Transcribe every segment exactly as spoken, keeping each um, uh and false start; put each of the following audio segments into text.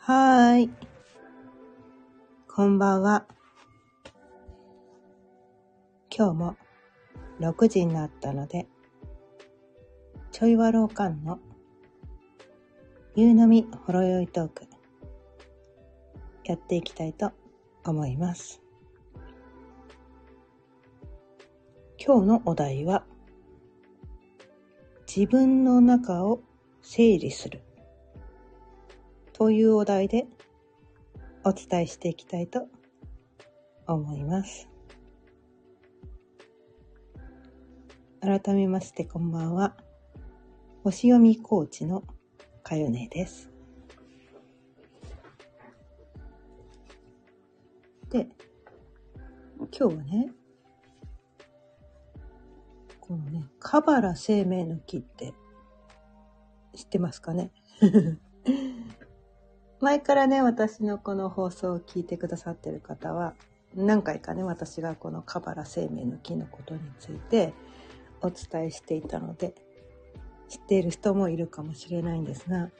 はーい。こんばんは。今日もろくじになったので、ちょいわろうかんの夕飲みほろよいトーク、やっていきたいと思います。今日のお題は、自分の中を整理するというお題でお伝えしていきたいと思います。改めましてこんばんは。星読みコーチのかよねです。で、今日はね、このね、カバラ生命の木って知ってますかね前からね、私のこの放送を聞いてくださってる方は、何回かね、私がこのカバラ生命の木のことについてお伝えしていたので、知っている人もいるかもしれないんですが、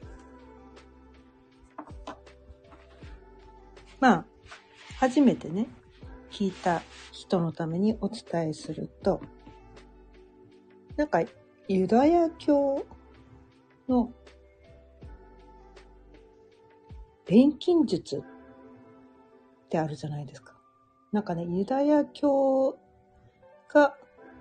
まあ、初めてね、聞いた人のためにお伝えすると、なんかユダヤ教の錬金術ってあるじゃないですか。なんかね、ユダヤ教が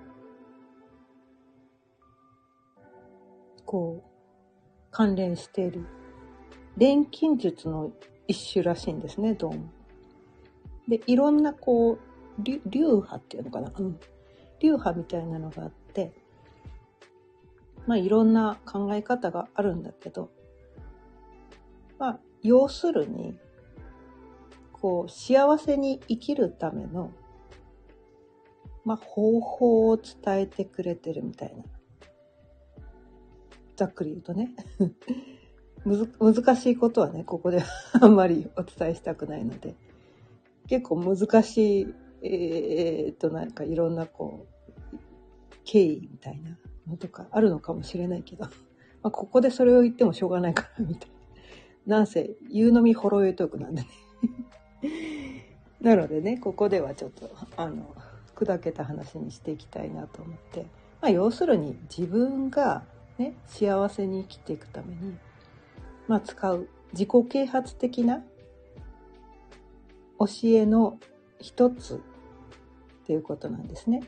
こう関連している錬金術の一種らしいんですね、どうも。で、いろんなこう流派っていうのかな、うん、流派みたいなのがあって、まあいろんな考え方があるんだけど、まあ要するにこう幸せに生きるためのまあ方法を伝えてくれてるみたいな。ざっくり言うとねむず難しいことはね、ここであんまりお伝えしたくないので、結構難しい、えー、っとなんかいろんなこう経緯みたいなのとかあるのかもしれないけど、まあ、ここでそれを言ってもしょうがないからみたいな。なんせ夕飲みほろ酔いトークなんでねなのでね、ここではちょっとあの砕けた話にしていきたいなと思って、まあ、要するに自分がね、幸せに生きていくために、まあ、使う自己啓発的な教えの一つっていうことなんですね。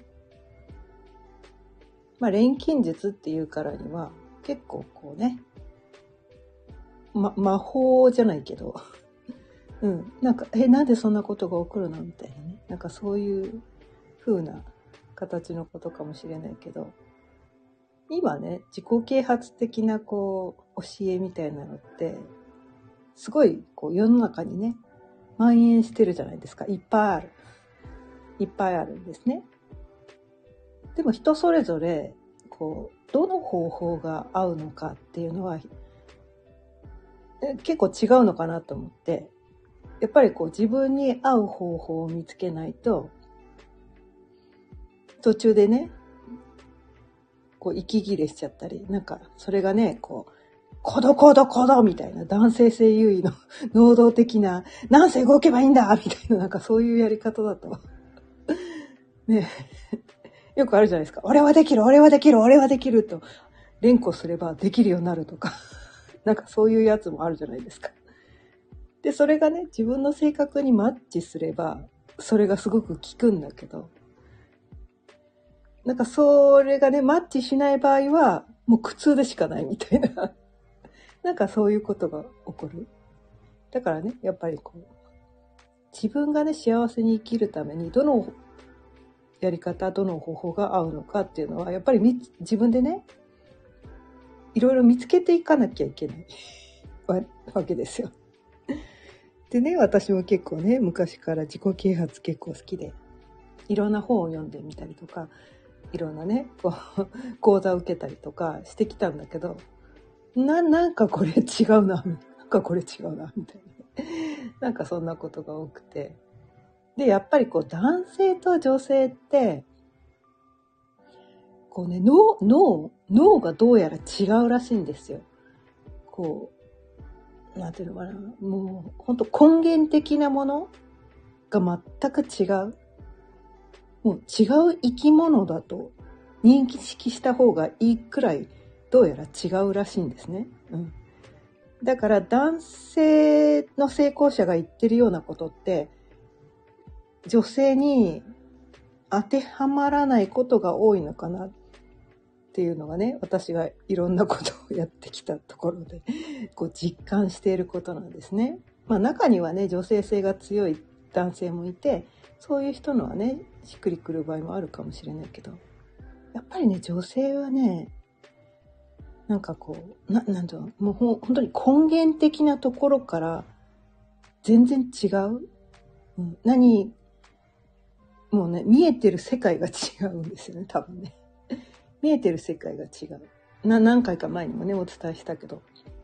まあ、錬金術っていうからには結構こうね、ま、魔法じゃないけどうん、なんかえなんでそんなことが起こるのみたいなね、なんかそういう風な形のことかもしれないけど、今ね、自己啓発的なこう教えみたいなのってすごいこう世の中にね蔓延してるじゃないですか。いっぱいあるいっぱいあるんですね。でも人それぞれこうどの方法が合うのかっていうのは結構違うのかなと思って、やっぱりこう自分に合う方法を見つけないと、途中でねこう息切れしちゃったり、なんかそれがねこうコドコドコドみたいな男性性優位の能動的ななんせ動けばいいんだみたいな、なんかそういうやり方だとねよくあるじゃないですか。俺はできる俺はできる俺はできると連呼すればできるようになるとかなんかそういうやつもあるじゃないですか。でそれがね自分の性格にマッチすればそれがすごく効くんだけど、なんかそれがねマッチしない場合はもう苦痛でしかないみたいななんかそういうことが起こる。だからね、やっぱりこう自分がね幸せに生きるためにどのやり方どの方法が合うのかっていうのはやっぱりみ自分でねいろいろ見つけていかなきゃいけないわけですよ。でね、私も結構ね昔から自己啓発結構好きで、いろんな本を読んでみたりとか、いろんなねこう講座を受けたりとかしてきたんだけど、ななんかこれ違うななんかこれ違うなみたいななんかそんなことが多くて、でやっぱりこう男性と女性ってこうね脳脳脳がどうやら違うらしいんですよ。こうなんていうのかな、もう本当根源的なものが全く違う。もう違う生き物だと認識した方がいいくらい、どうやら違うらしいんですね。うん。だから男性の成功者が言ってるようなことって、女性に当てはまらないことが多いのかなっていうのがね、私がいろんなことをやってきたところでこう実感していることなんですね。まあ中にはね、女性性が強い男性もいて、そういう人のはね、しっくりくる場合もあるかもしれないけど、やっぱりね、女性はね、なんかこう、な、なんだろう、もうほん本当に根源的なところから全然違う。うん、何、もうね、見えてる世界が違うんですよね、多分ね。見えてる世界が違う。な、何回か前にもね、お伝えしたけど、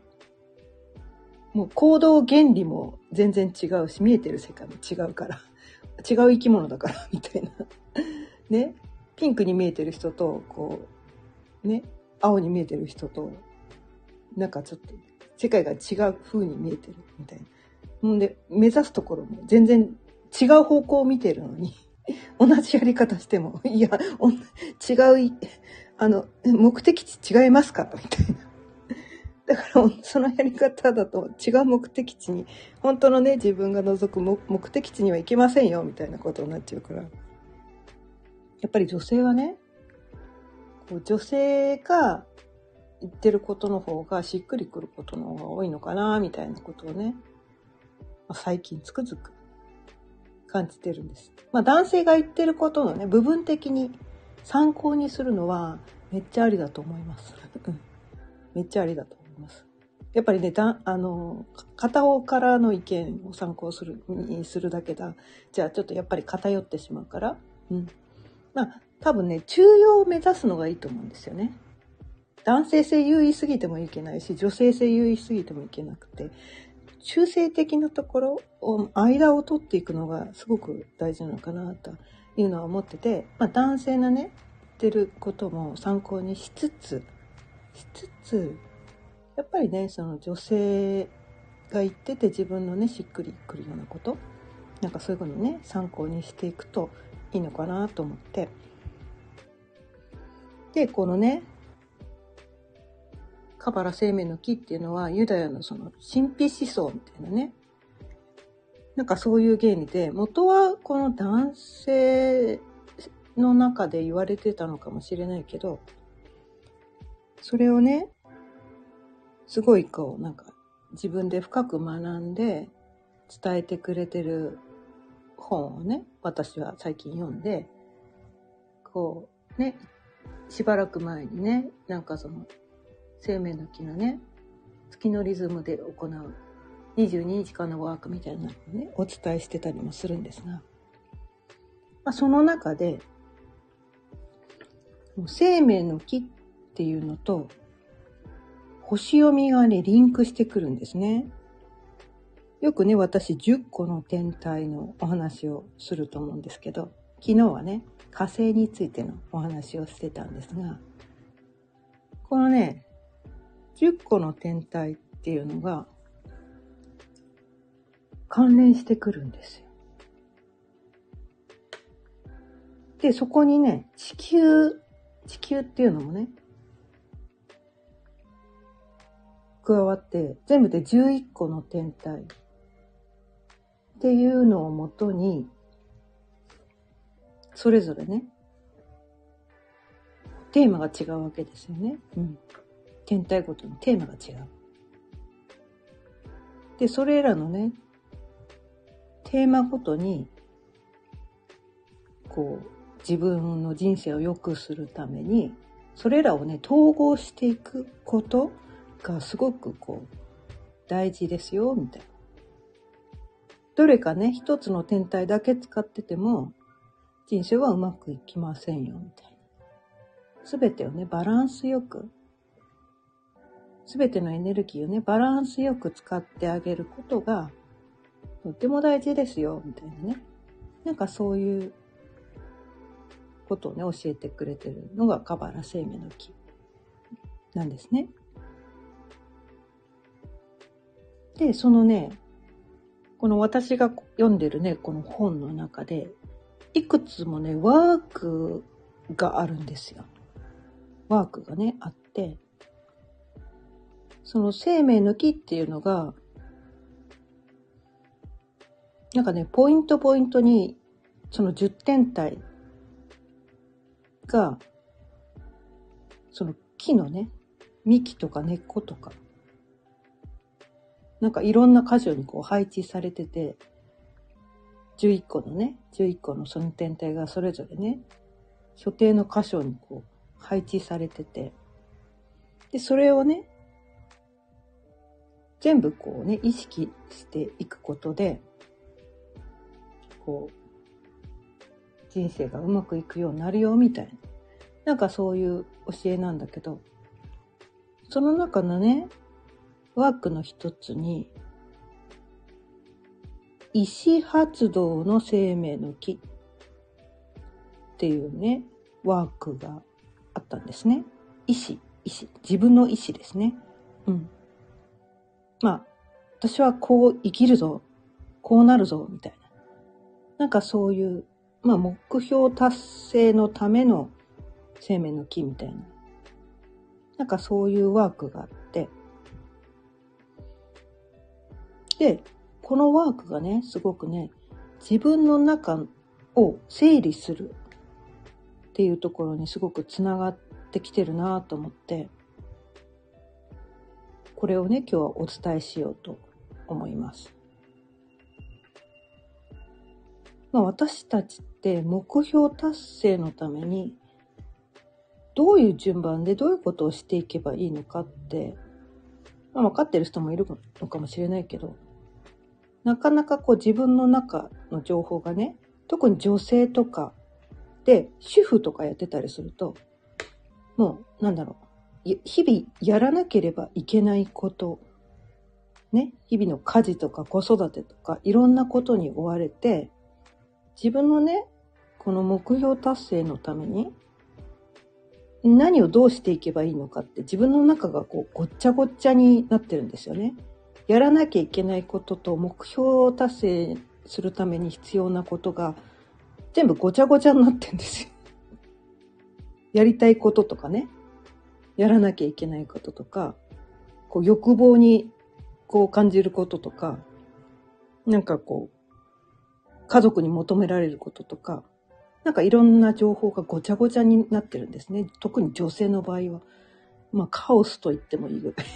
もう行動原理も全然違うし、見えてる世界も違うから、違う生き物だから、みたいな。ね、ピンクに見えてる人と、こう、ね、青に見えてる人と、なんかちょっと世界が違う風に見えてるみたいな。んで、目指すところも全然違う方向を見てるのに、同じやり方しても、いや、違う、あの、目的地違いますかみたいな。だから、そのやり方だと違う目的地に、本当のね、自分が望く目的地には行けませんよ、みたいなことになっちゃうから。やっぱり女性はね、こう女性が言ってることの方がしっくりくることの方が多いのかな、みたいなことをね、まあ、最近つくづく感じてるんです。まあ男性が言ってることのね、部分的に参考にするのはめっちゃありだと思います。めっちゃありだと思います。やっぱりね、だあの片方からの意見を参考するにするだけだ。じゃあちょっとやっぱり偏ってしまうから、うん。まあ多分ね、中庸を目指すのがいいと思うんですよね。男性性優位すぎてもいけないし、女性性優位すぎてもいけなくて、中性的なところを、間を取っていくのがすごく大事なのかなというのは思ってて、まあ、男性のね、言ってることも参考にしつつ、しつつ、やっぱりね、その女性が言ってて自分のね、しっくりくるようなこと、なんかそういうことをね、参考にしていくといいのかなと思って。で、このね、カバラ生命の木っていうのはユダヤのその神秘思想みたいなね、なんかそういう原理で、元はこの男性の中で言われてたのかもしれないけど、それをね、すごいこうなんか自分で深く学んで伝えてくれてる本をね、私は最近読んで、こうね、しばらく前にね、なんかその生命の木のね、月のリズムで行うにじゅうににちかんのワークみたいなのをね、お伝えしてたりもするんですが、まあ、その中で生命の木っていうのと星読みがね、リンクしてくるんですね。よくね、私じゅっこの天体のお話をすると思うんですけど、昨日はね、火星についてのお話をしてたんですが、このね、じゅっこの天体っていうのが関連してくるんですよ。で、そこにね、地球、地球っていうのもね、加わって、全部でじゅういっこの天体っていうのをもとに、それぞれね、テーマが違うわけですよね。うん。天体ごとにテーマが違う。で、それらのね、テーマごとに、こう、自分の人生を良くするために、それらをね、統合していくことがすごくこう、大事ですよ、みたいな。どれかね、一つの天体だけ使ってても、人生はうまくいきませんよ、みたいな。すべてをね、バランスよく、すべてのエネルギーをね、バランスよく使ってあげることが、とっても大事ですよ、みたいなね。なんかそういうことをね、教えてくれてるのがカバラ生命の木なんですね。 で、そのね、この私が読んでるね、この本の中で、いくつもね、ワークがあるんですよ。ワークがね、あって、その生命の木っていうのが、なんかね、ポイントポイントに、そのじゅってん体が、その木のね、幹とか根っことか、なんかいろんな箇所にこう配置されてて、じゅういっこのね、じゅういっこのその天体がそれぞれね、所定の箇所にこう配置されてて、で、それをね、全部こうね、意識していくことで、こう、人生がうまくいくようになるよみたいな、なんかそういう教えなんだけど、その中のね、ワークの一つに、意思発動の生命の木っていうね、ワークがあったんですね。意思、意思、自分の意思ですね。うん。まあ、私はこう生きるぞ、こうなるぞ、みたいな。なんかそういう、まあ目標達成のための生命の木みたいな。なんかそういうワークがあって。で、このワークがね、すごくね、自分の中を整理するっていうところにすごくつながってきてるなと思って、これをね、今日はお伝えしようと思います。まあ、私たちって目標達成のためにどういう順番でどういうことをしていけばいいのかって、まあ、分かってる人もいるのかもしれないけど、なかなかこう自分の中の情報がね、特に女性とかで主婦とかやってたりすると、もうなんだろう、日々やらなければいけないこと、ね、日々の家事とか子育てとかいろんなことに追われて、自分のね、この目標達成のために何をどうしていけばいいのかって自分の中がこうごっちゃごっちゃになってるんですよね。やらなきゃいけないことと目標達成するために必要なことが全部ごちゃごちゃになってるんですよ。やりたいこととかね、やらなきゃいけないこととか、こう欲望にこう感じることとか、なんかこう家族に求められることとか、なんかいろんな情報がごちゃごちゃになってるんですね。特に女性の場合は、まあカオスと言ってもいいぐらい。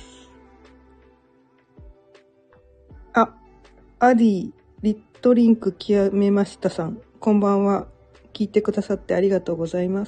あ、アディ、リットリンク極めましたさん、こんばんは。聞いてくださってありがとうございます。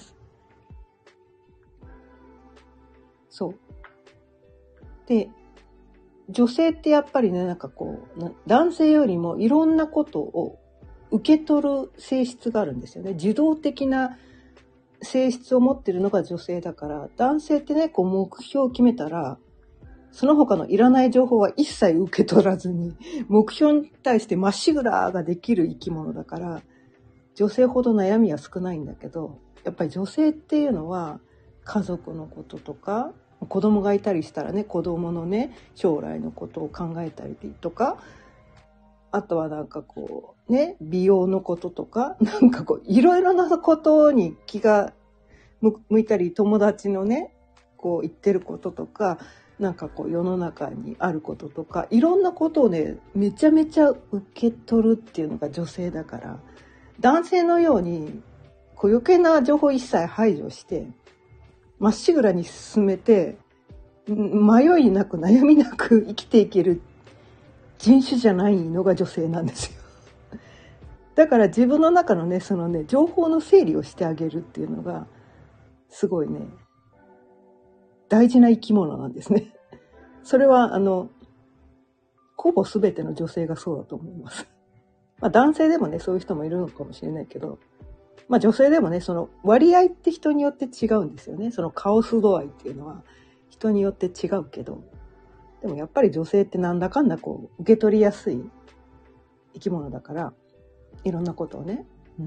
そう。で、女性ってやっぱりね、なんかこう、男性よりもいろんなことを受け取る性質があるんですよね。受動的な性質を持ってるのが女性だから、男性ってね、こう目標を決めたら、その他のいらない情報は一切受け取らずに、目標に対してまっしぐらができる生き物だから、女性ほど悩みは少ないんだけど、やっぱり女性っていうのは、家族のこととか、子供がいたりしたらね、子供のね、将来のことを考えたりとか、あとはなんかこう、ね、美容のこととか、なんかこう、いろいろなことに気が向いたり、友達のね、こう言ってることとか、なんかこう世の中にあることとか、いろんなことをね、めちゃめちゃ受け取るっていうのが女性だから、男性のようにこう余計な情報一切排除して、まっしぐらに進めて、迷いなく悩みなく生きていける人種じゃないのが女性なんですよ。だから自分の中のね、そのね、情報の整理をしてあげるっていうのが、すごいね、大事な生き物なんですね。それは、あの、ほぼ全ての女性がそうだと思います。まあ男性でもね、そういう人もいるのかもしれないけど、まあ女性でもね、その割合って人によって違うんですよね。そのカオス度合いっていうのは人によって違うけど、でもやっぱり女性ってなんだかんだこう受け取りやすい生き物だから、いろんなことをね。うん、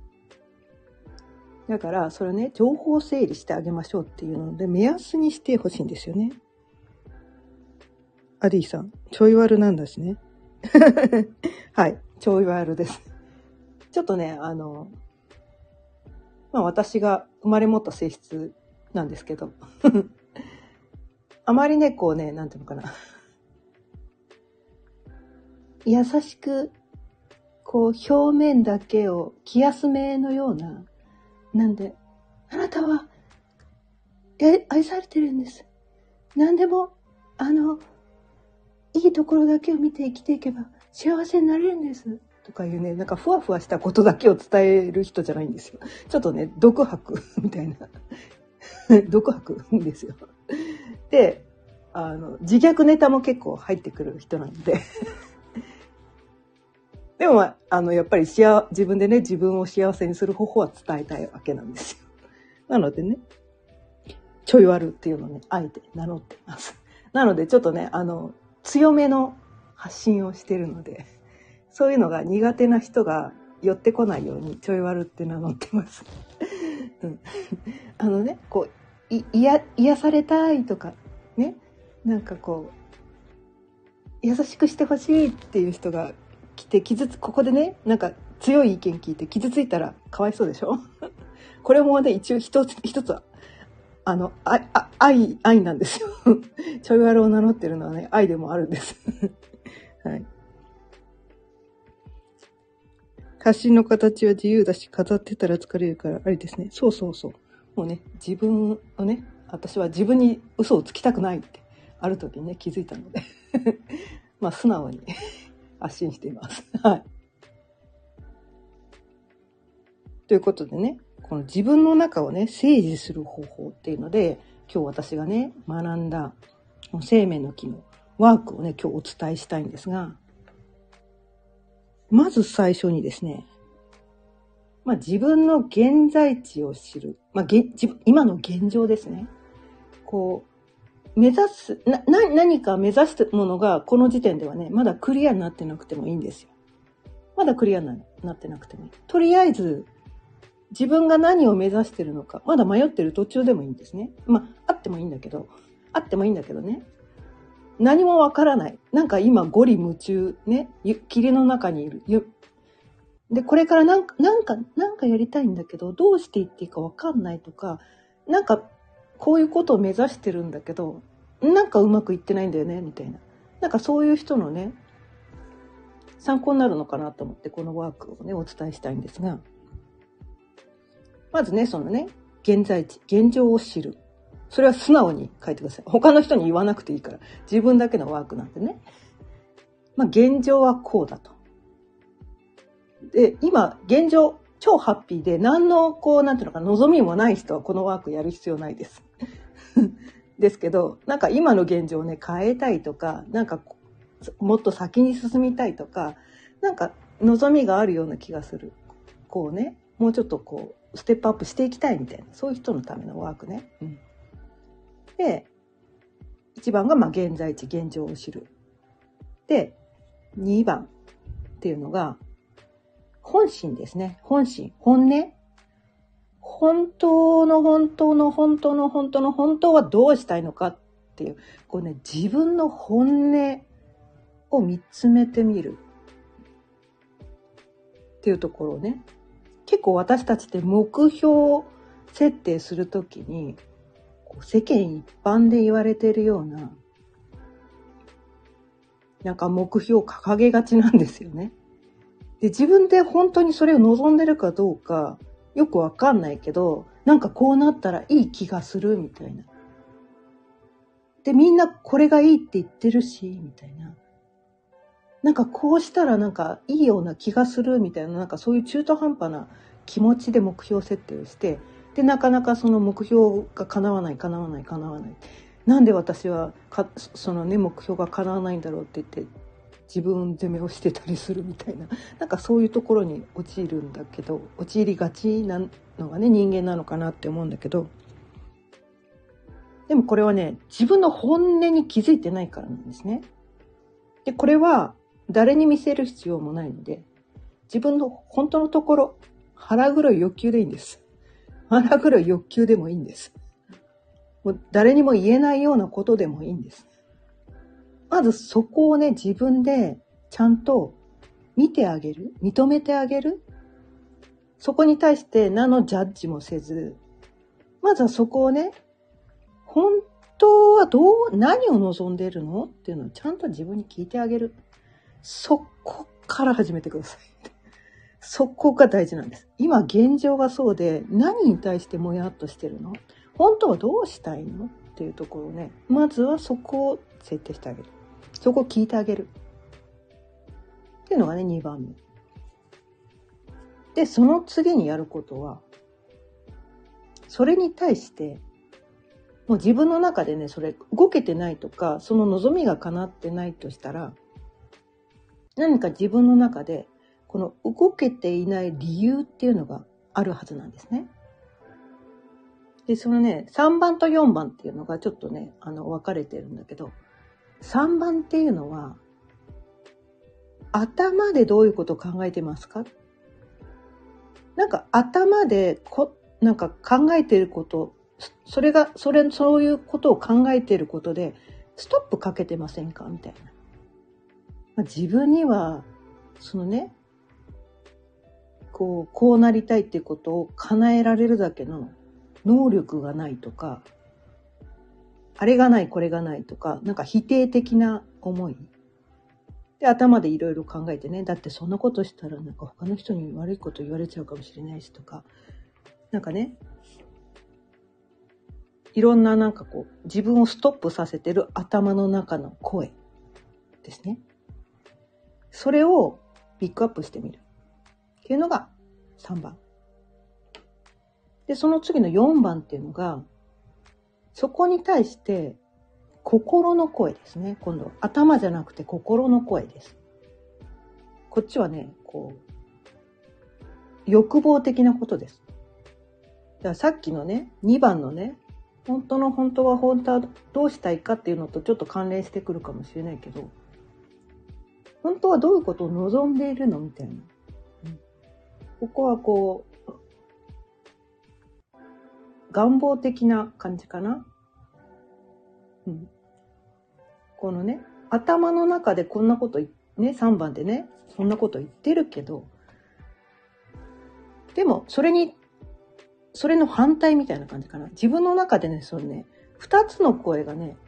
だからそれね、情報整理してあげましょうっていうので目安にしてほしいんですよね。 アディさん、ちょい悪なんですね。はい、ちょい悪です。ちょっとね、あの、まあ私が生まれ持った性質なんですけど、あまりね、こうね、なんていうのかな。優しく、こう表面だけを気休めのような、なんで、あなたは愛されてるんです。何でも、あの、いいところだけを見て生きていけば幸せになれるんです。とかいうね、なんかふわふわしたことだけを伝える人じゃないんですよ。ちょっとね、独白みたいな。独白ですよ。で、あの、自虐ネタも結構入ってくる人なんで。でも、あの、やっぱり幸自分でね、自分を幸せにする方法は伝えたいわけなんですよ。なのでね、ちょい悪っていうのをね、あえて名乗っています。なので、ちょっとね、あの、強めの発信をしているので、そういうのが苦手な人が寄ってこないようにちょい悪って名乗ってます。うん、あのね、こう、い、いや、癒されたいとか、ね、なんかこう、優しくしてほしいっていう人が来て傷つ、ここでね、なんか強い意見聞いて傷ついたらかわいそうでしょ。これもね、一応一つ、一つは、あの、あ、あ、愛、愛なんですよ。ちょい悪を名乗ってるのはね、愛でもあるんです。はい。発信の形は自由だし、飾ってたら疲れるからありですね。そうそうそう。もうね、自分をね、私は自分に嘘をつきたくないって、ある時にね、気づいたので。まあ、素直に発信しています。はい。ということでね、この自分の中をね、整理する方法っていうので、今日私がね、学んだ生命の木のワークをね、今日お伝えしたいんですが、まず最初にですね、まあ自分の現在地を知る。まあ今の現状ですね。こう、目指す、な、な、何か目指すものがこの時点ではね、まだクリアになってなくてもいいんですよ。まだクリアになってなくてもいい。とりあえず、自分が何を目指してるのか、まだ迷ってる途中でもいいんですね。まあ、あってもいいんだけど、あってもいいんだけどね。何もわからない。なんか今、ゴリ夢中、ね。霧の中にいる。で、これからなんか、なんか、なんかやりたいんだけど、どうしていっていいかわかんないとか、なんか、こういうことを目指してるんだけど、なんかうまくいってないんだよね、みたいな。なんかそういう人のね、参考になるのかなと思って、このワークをね、お伝えしたいんですが、まずね、そのね、現在地、現状を知る。それは素直に書いてください。他の人に言わなくていいから。自分だけのワークなんでね。まあ、現状はこうだと。で、今、現状、超ハッピーで、何の、こう、なんていうのか、望みもない人はこのワークやる必要ないです。ですけど、なんか今の現状をね、変えたいとか、なんか、もっと先に進みたいとか、なんか、望みがあるような気がする。こうね、もうちょっとこう、ステップアップしていきたいみたいな、そういう人のためのワークね。うん、で、いちばんが、まあ、現在地、現状を知る。で、にばんっていうのが、本心ですね。本心。本音。本当の本当の本当の本当の本当はどうしたいのかっていう、こうね、自分の本音を見つめてみるっていうところをね、結構私たちって目標設定するときに、世間一般で言われているような、なんか目標を掲げがちなんですよね。で、自分で本当にそれを望んでるかどうかよくわかんないけど、なんかこうなったらいい気がするみたいな。で、みんなこれがいいって言ってるし、みたいな。なんかこうしたらなんかいいような気がするみたいな、なんかそういう中途半端な気持ちで目標設定をして、で、なかなかその目標が叶わない、叶わない、叶わない。なんで私はか、そのね、目標が叶わないんだろうって言って、自分責めをしてたりするみたいな、なんかそういうところに陥るんだけど、陥りがちなのがね、人間なのかなって思うんだけど、でもこれはね、自分の本音に気づいてないからなんですね。で、これは誰に見せる必要もないので、自分の本当のところ、腹黒い欲求でいいんです。腹黒い欲求でもいいんです。もう誰にも言えないようなことでもいいんです。 まずそこをね、自分でちゃんと見てあげる。認めてあげる。そこに対して何のジャッジもせず、まずはそこをね、本当はどう、何を望んでいるのっていうのをちゃんと自分に聞いてあげる。そこから始めてください。そこが大事なんです。今現状がそうで、何に対してもやっとしてるの？本当はどうしたいのっていうところをね、まずはそこを設定してあげる。そこを聞いてあげる。っていうのがね、にばんめ。で、その次にやることは、それに対して、もう自分の中でね、それ動けてないとか、その望みが叶ってないとしたら、何か自分の中で、この動けていない理由っていうのがあるはずなんですね。で、そのね、さんばんとよんばんっていうのがちょっとね、あの、分かれてるんだけど、さんばんっていうのは、頭でどういうことを考えてますか？なんか頭でこ、なんか考えていること、それが、それ、そういうことを考えていることで、ストップかけてませんかみたいな。まあ、自分には、そのね、こう、こうなりたいっていうことを叶えられるだけの能力がないとか、あれがない、これがないとか、なんか否定的な思い。で、頭でいろいろ考えてね、だってそんなことしたらなんか他の人に悪いこと言われちゃうかもしれないしとか、なんかね、いろんななんかこう、自分をストップさせてる頭の中の声ですね。それをピックアップしてみるっていうのがさんばん。で、その次のよんばんっていうのが、そこに対して心の声ですね。今度、頭じゃなくて心の声です。こっちはね、こう、欲望的なことです。だからさっきのね、にばんのね、本当の本当は本当はどうしたいかっていうのとちょっと関連してくるかもしれないけど、本当はどういうことを望んでいるのみたいな。うん、ここはこう、願望的な感じかな。うん、このね、頭の中でこんなことね、さんばんでね、そんなこと言ってるけど、でもそれに、それの反対みたいな感じかな。自分の中でね、そのね、二つの声がね、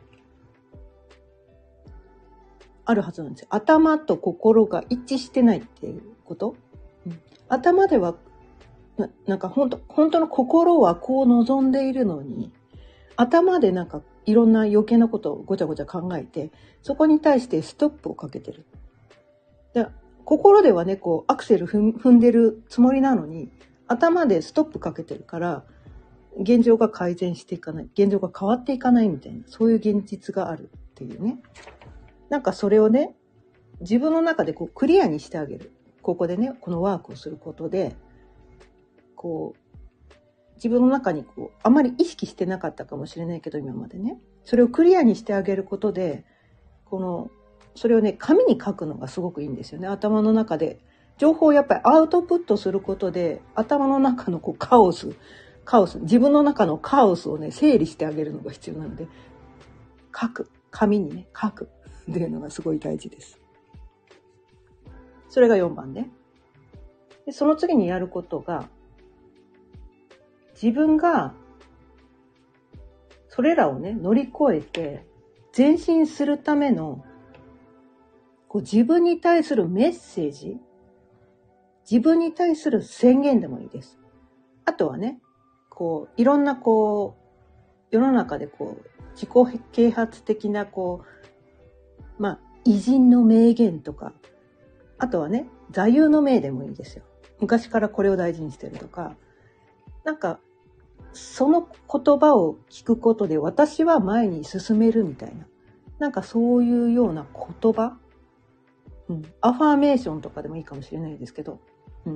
あるはずなんですよ。頭と心が一致してないっていうこと。うん、頭ではな、なんか本当、本当の心はこう望んでいるのに、頭でなんかいろんな余計なことをごちゃごちゃ考えて、そこに対してストップをかけてる。で、心ではね、こうアクセル踏んでるつもりなのに、頭でストップかけてるから、現状が改善していかない、現状が変わっていかないみたいな、そういう現実があるっていうね。なんかそれをね、自分の中でこうクリアにしてあげる。ここでね、このワークをすることで、こう、自分の中にこう、あまり意識してなかったかもしれないけど、今までね。それをクリアにしてあげることで、この、それをね、紙に書くのがすごくいいんですよね。頭の中で。情報をやっぱりアウトプットすることで、頭の中のこうカオス、カオス、自分の中のカオスをね、整理してあげるのが必要なので、書く。紙にね、書く。っていうのがすごい大事です。それがよんばんね。で、その次にやることが、自分がそれらをね、乗り越えて前進するためのこう自分に対するメッセージ、自分に対する宣言でもいいです。あとはね、こういろんなこう世の中でこう自己啓発的なこうまあ偉人の名言とか、あとはね座右の銘でもいいですよ。昔からこれを大事にしてるとか、なんかその言葉を聞くことで私は前に進めるみたいな、なんかそういうような言葉、うん、アファーメーションとかでもいいかもしれないですけど、うん、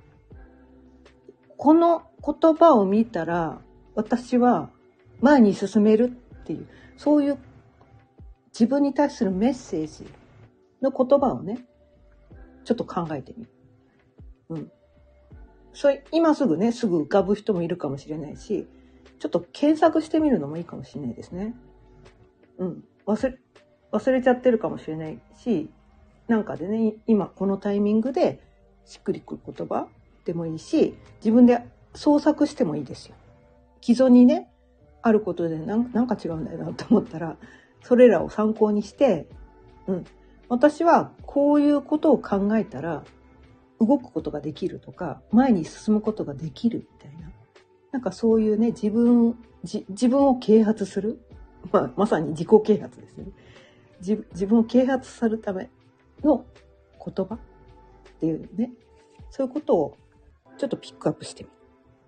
この言葉を見たら私は前に進めるっていう、そういう自分に対するメッセージの言葉をね、ちょっと考えてみる。うん。それ今すぐね、すぐ浮かぶ人もいるかもしれないし、ちょっと検索してみるのもいいかもしれないですね。うん。忘れ、 忘れちゃってるかもしれないし、なんかでね、今このタイミングでしっくりくる言葉でもいいし、自分で創作してもいいですよ。既存にね、あることでなんなんか違うんだよなと思ったら、それらを参考にして、うん、私はこういうことを考えたら動くことができるとか、前に進むことができるみたいな、なんかそういうね、自分じ自分を啓発する、まあ、まさに自己啓発ですね。自, 自分を啓発するための言葉っていうね、そういうことをちょっとピックアップしてみる。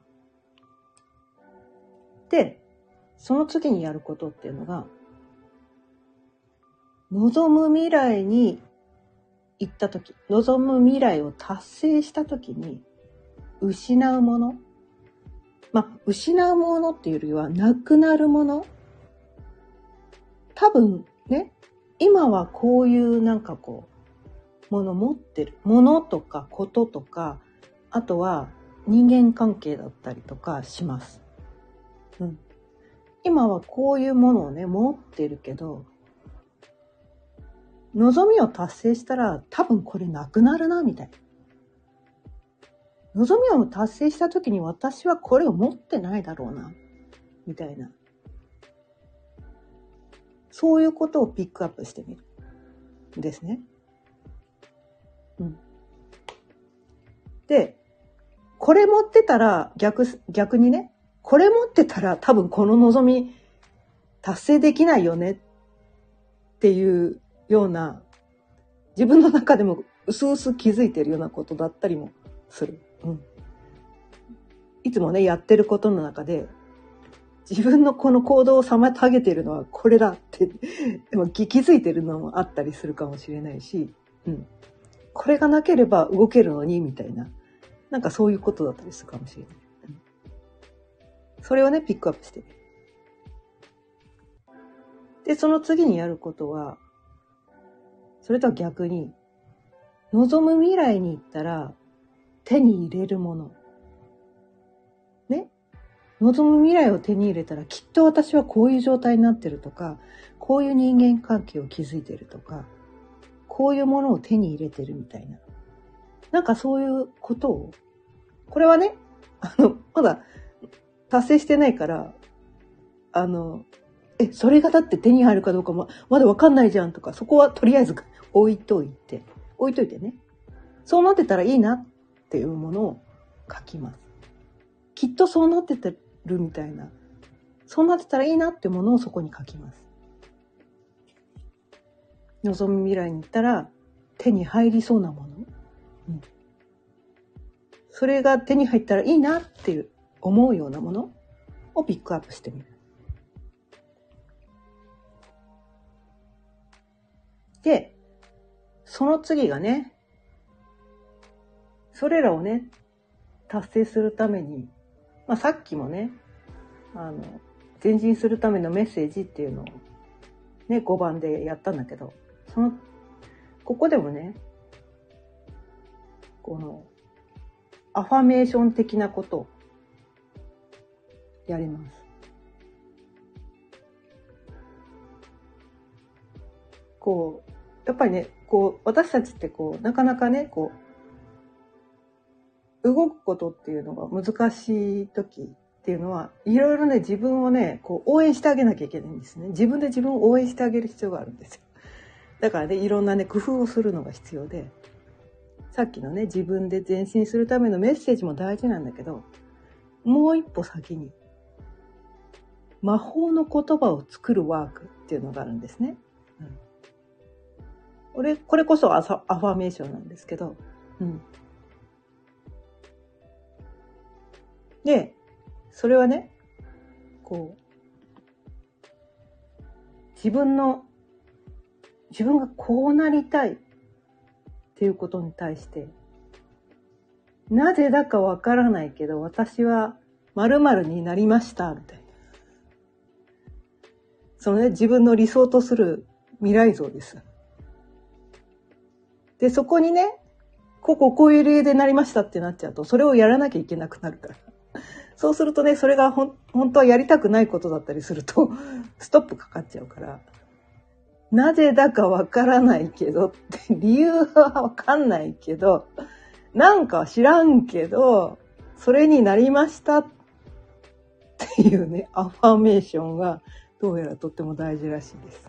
で、その次にやることっていうのが、望む未来に行ったとき、望む未来を達成したときに失うもの、まあ、失うものっていうよりはなくなるもの、多分ね、今はこういうなんかこうもの持ってるものとかこととか、あとは人間関係だったりとかします。うん、今はこういうものをね持ってるけど、望みを達成したら多分これなくなるなみたいな。望みを達成した時に私はこれを持ってないだろうなみたいな。そういうことをピックアップしてみるんですね。うん。で、これ持ってたら逆、逆にね、これ持ってたら多分この望み達成できないよねっていうような、自分の中でも薄々気づいているようなことだったりもする。うん。いつもね、やってることの中で、自分のこの行動を妨げているのはこれだってでも気づいてるのもあったりするかもしれないし、うん、これがなければ動けるのにみたいな、なんかそういうことだったりするかもしれない、うん、それをねピックアップしてみる。でその次にやることは、それとは逆に、望む未来に行ったら手に入れるものね、望む未来を手に入れたらきっと私はこういう状態になってるとか、こういう人間関係を築いてるとか、こういうものを手に入れてるみたいな、なんかそういうことを、これはね、あのまだ達成してないから、あのえそれがだって手に入るかどうかもまだ分かんないじゃんとか、そこはとりあえず置いといて置いといてね、そうなってたらいいなっていうものを書きます。きっとそうなっててるみたいな、そうなってたらいいなってものをそこに書きます。望む未来に行ったら手に入りそうなもの、うん、それが手に入ったらいいなっていう思うようなものをピックアップしてみる。でその次がね、それらをね達成するために、まあ、さっきもね、あの前進するためのメッセージっていうのをねごばんでやったんだけど、そのここでもね、このアファメーション的なことをやります。こうやっぱりね、こう私たちってこうなかなかね、こう動くことっていうのが難しい時っていうのは、いろいろね自分をねこう応援してあげなきゃいけないんですね。自分で自分を応援してあげる必要があるんですよ。だからね、いろんなね工夫をするのが必要で、さっきのね自分で前進するためのメッセージも大事なんだけど、もう一歩先に魔法の言葉を作るワークっていうのがあるんですね。うん、これこれこそアファメーションなんですけど、うん、でそれはね、こう自分の自分がこうなりたいっていうことに対して、なぜだかわからないけど私は〇〇になりましたみたいな、そのね自分の理想とする未来像です。でそこにね、こここういう理由でなりましたってなっちゃうと、それをやらなきゃいけなくなるから、そうするとね、それがほん本当はやりたくないことだったりするとストップかかっちゃうから、 なぜだかわからないけどって、理由はわかんないけど、なんか知らんけど、それになりましたっていうね、アファーメーションがどうやらとっても大事らしいです。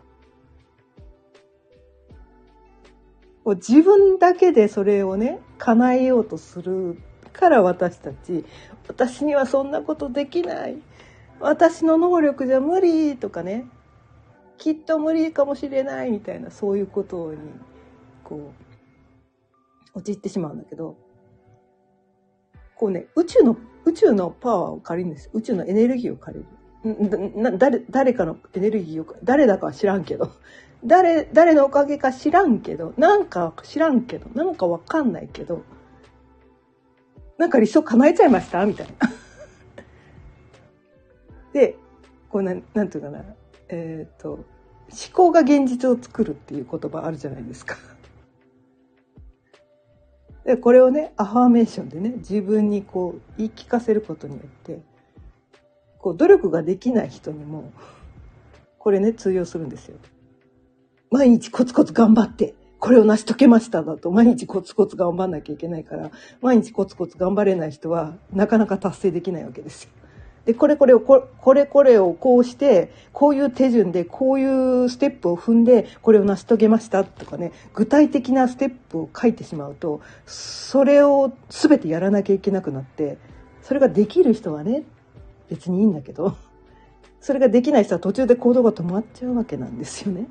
こう自分だけでそれをね、叶えようとするから私たち、私にはそんなことできない。私の能力じゃ無理とかね、きっと無理かもしれないみたいな、そういうことにこう陥ってしまうんだけど、こうね、宇宙の宇宙のパワーを借りるんです。宇宙のエネルギーを借りる。な誰誰かのエネルギーを、誰だかは知らんけど、誰誰のおかげか知らんけど、なんか知らんけど、なんかわかんないけど、なんか理想叶えちゃいましたみたいな。で、こうなんなんていうかな、えっと思考が現実を作るっていう言葉あるじゃないですか。でこれをね、アファーメーションでね、自分にこう言い聞かせることによって、こう努力ができない人にもこれね通用するんですよ。毎日コツコツ頑張ってこれを成し遂げましただと、毎日コツコツ頑張んなきゃいけないから、毎日コツコツ頑張れない人はなかなか達成できないわけですよ。でこれこれをここれこれをこうして、こういう手順でこういうステップを踏んでこれを成し遂げましたとかね、具体的なステップを書いてしまうと、それを全てやらなきゃいけなくなって、それができる人はね別にいいんだけど、それができない人は途中で行動が止まっちゃうわけなんですよね。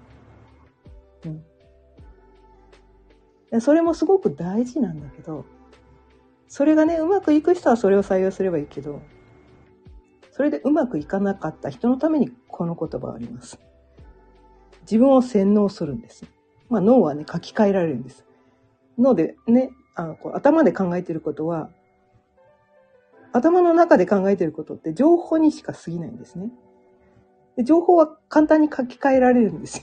うん、それもすごく大事なんだけど、それがねうまくいく人はそれを採用すればいいけど、それでうまくいかなかった人のためにこの言葉があります。自分を洗脳するんです。まあ脳はね書き換えられるんです。脳でね、あのこう頭で考えていることは、頭の中で考えていることって情報にしか過ぎないんですね。で情報は簡単に書き換えられるんですよ。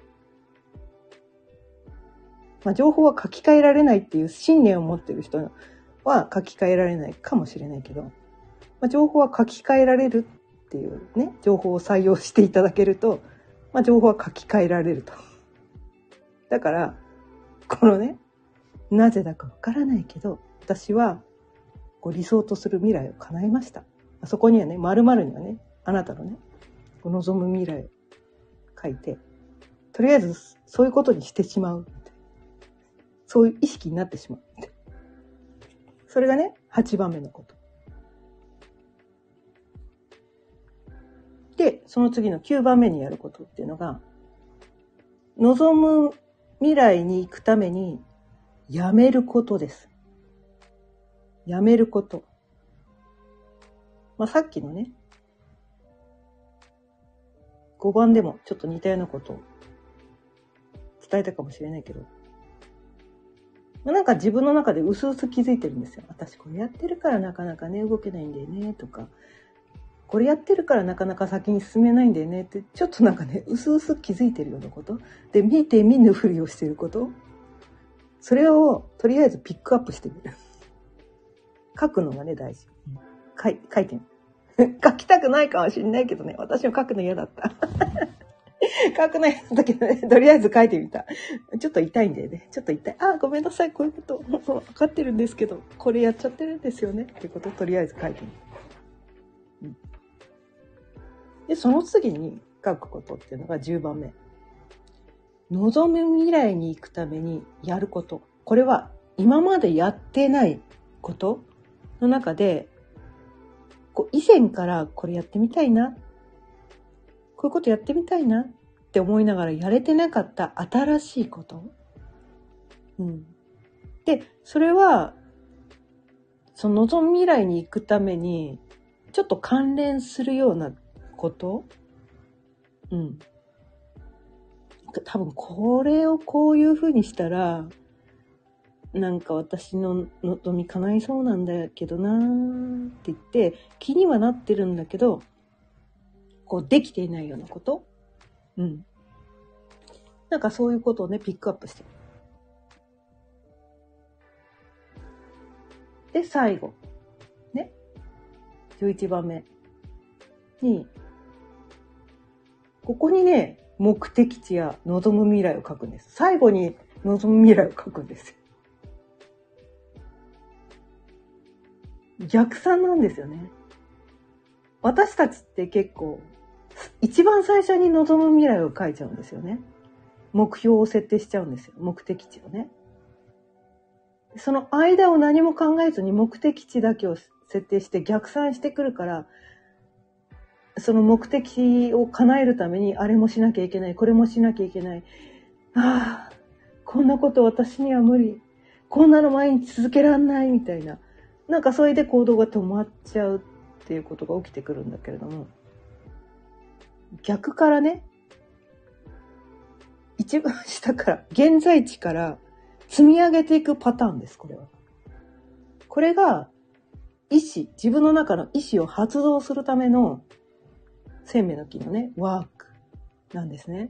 まあ、情報は書き換えられないっていう信念を持っている人は書き換えられないかもしれないけど、まあ、情報は書き換えられるっていうね、情報を採用していただけると、まあ、情報は書き換えられると。だからこのね、なぜだかわからないけど私はこう理想とする未来を叶えました。そこにはね、〇〇にはね、あなたのね望む未来を書いて、とりあえずそういうことにしてしまう、そういう意識になってしまう。それがねはちばんめのこと。でその次のきゅうばんめにやることっていうのが、望む未来に行くためにやめることです。やめること。まあさっきのねごばんでもちょっと似たようなことを伝えたかもしれないけど、まあ、なんか自分の中でうすうす気づいてるんですよ。私これやってるからなかなかね動けないんだよねとか、これやってるからなかなか先に進めないんだよねって、ちょっとなんかねうすうす気づいてるようなことで、見て見ぬふりをしていること、それをとりあえずピックアップしてみる。書くのがね大事。書い書いてみる。書きたくないかもしれないけどね、私も書くの嫌だった。書くの嫌だったけどね、とりあえず書いてみた。ちょっと痛いんだよね。ちょっと痛い。あ、ごめんなさい、こういうこと分かってるんですけど、これやっちゃってるんですよねっていうことをとりあえず書いてみる。うん、でその次に書くことっていうのがじゅうばんめ。望む未来に行くためにやること。これは今までやってないことの中で、こう以前からこれやってみたいな、こういうことやってみたいなって思いながらやれてなかった新しいこと。うん、でそれはその望む未来に行くためにちょっと関連するようなこと。うん。多分これをこういう風にしたらなんか私の望み叶いそうなんだけどなーって言って気にはなってるんだけど、こうできていないようなこと。うん。なんかそういうことをねピックアップしてる。で最後ね、じゅういちばんめにここにね目的地や望む未来を書くんです。最後に望む未来を書くんですよ。逆算なんですよね。私たちって結構一番最初に望む未来を書いちゃうんですよね。目標を設定しちゃうんですよ。目的地をね。その間を何も考えずに目的地だけを設定して逆算してくるから、その目的を叶えるためにあれもしなきゃいけない、これもしなきゃいけない。ああ、こんなこと私には無理。こんなの毎日続けらんないみたいな。なんかそれで行動が止まっちゃうっていうことが起きてくるんだけれども、逆からね、一番下から、現在地から積み上げていくパターンです、これは。これが意志、自分の中の意志を発動するための生命の木のね、ワークなんですね。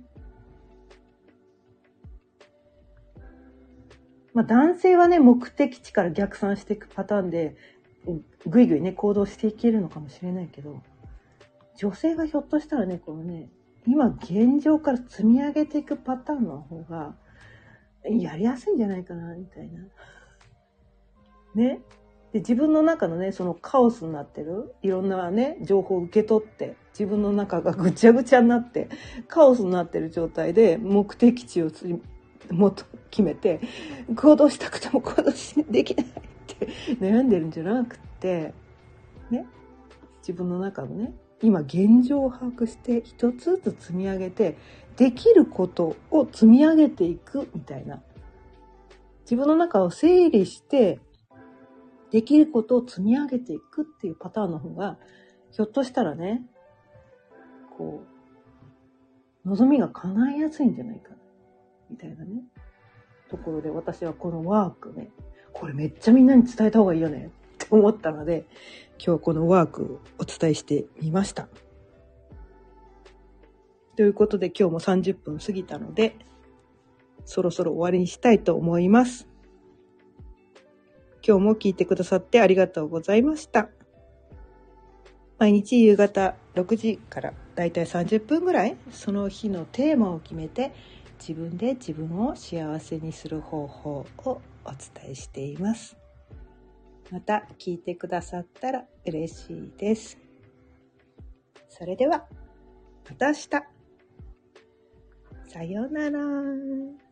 まあ男性はね、目的地から逆算していくパターンで、ぐいぐいね、行動していけるのかもしれないけど、女性がひょっとしたらね、このね、今現状から積み上げていくパターンの方が、やりやすいんじゃないかな、みたいな。ね。で、自分の中のね、そのカオスになってる、いろんなね、情報を受け取って、自分の中がぐちゃぐちゃになって、カオスになってる状態で、目的地をつもっと決めて、行動したくても行動しできないって悩んでるんじゃなくて、ね。自分の中のね、今現状を把握して一つずつ積み上げて、できることを積み上げていくみたいな。自分の中を整理して、できることを積み上げていくっていうパターンの方が、ひょっとしたらね、こう、望みが叶いやすいんじゃないかな、みたいなね、ところで私はこのワークね、これめっちゃみんなに伝えた方がいいよねって思ったので、今日はこのワークをお伝えしてみました。ということで今日もさんじゅっぷん過ぎたので、そろそろ終わりにしたいと思います。今日も聞いてくださってありがとうございました。毎日夕方ろくじからだいたいさんじゅっぷんぐらい、その日のテーマを決めて自分で自分を幸せにする方法をお伝えしています。また聞いてくださったら嬉しいです。それではまた明日。さようなら。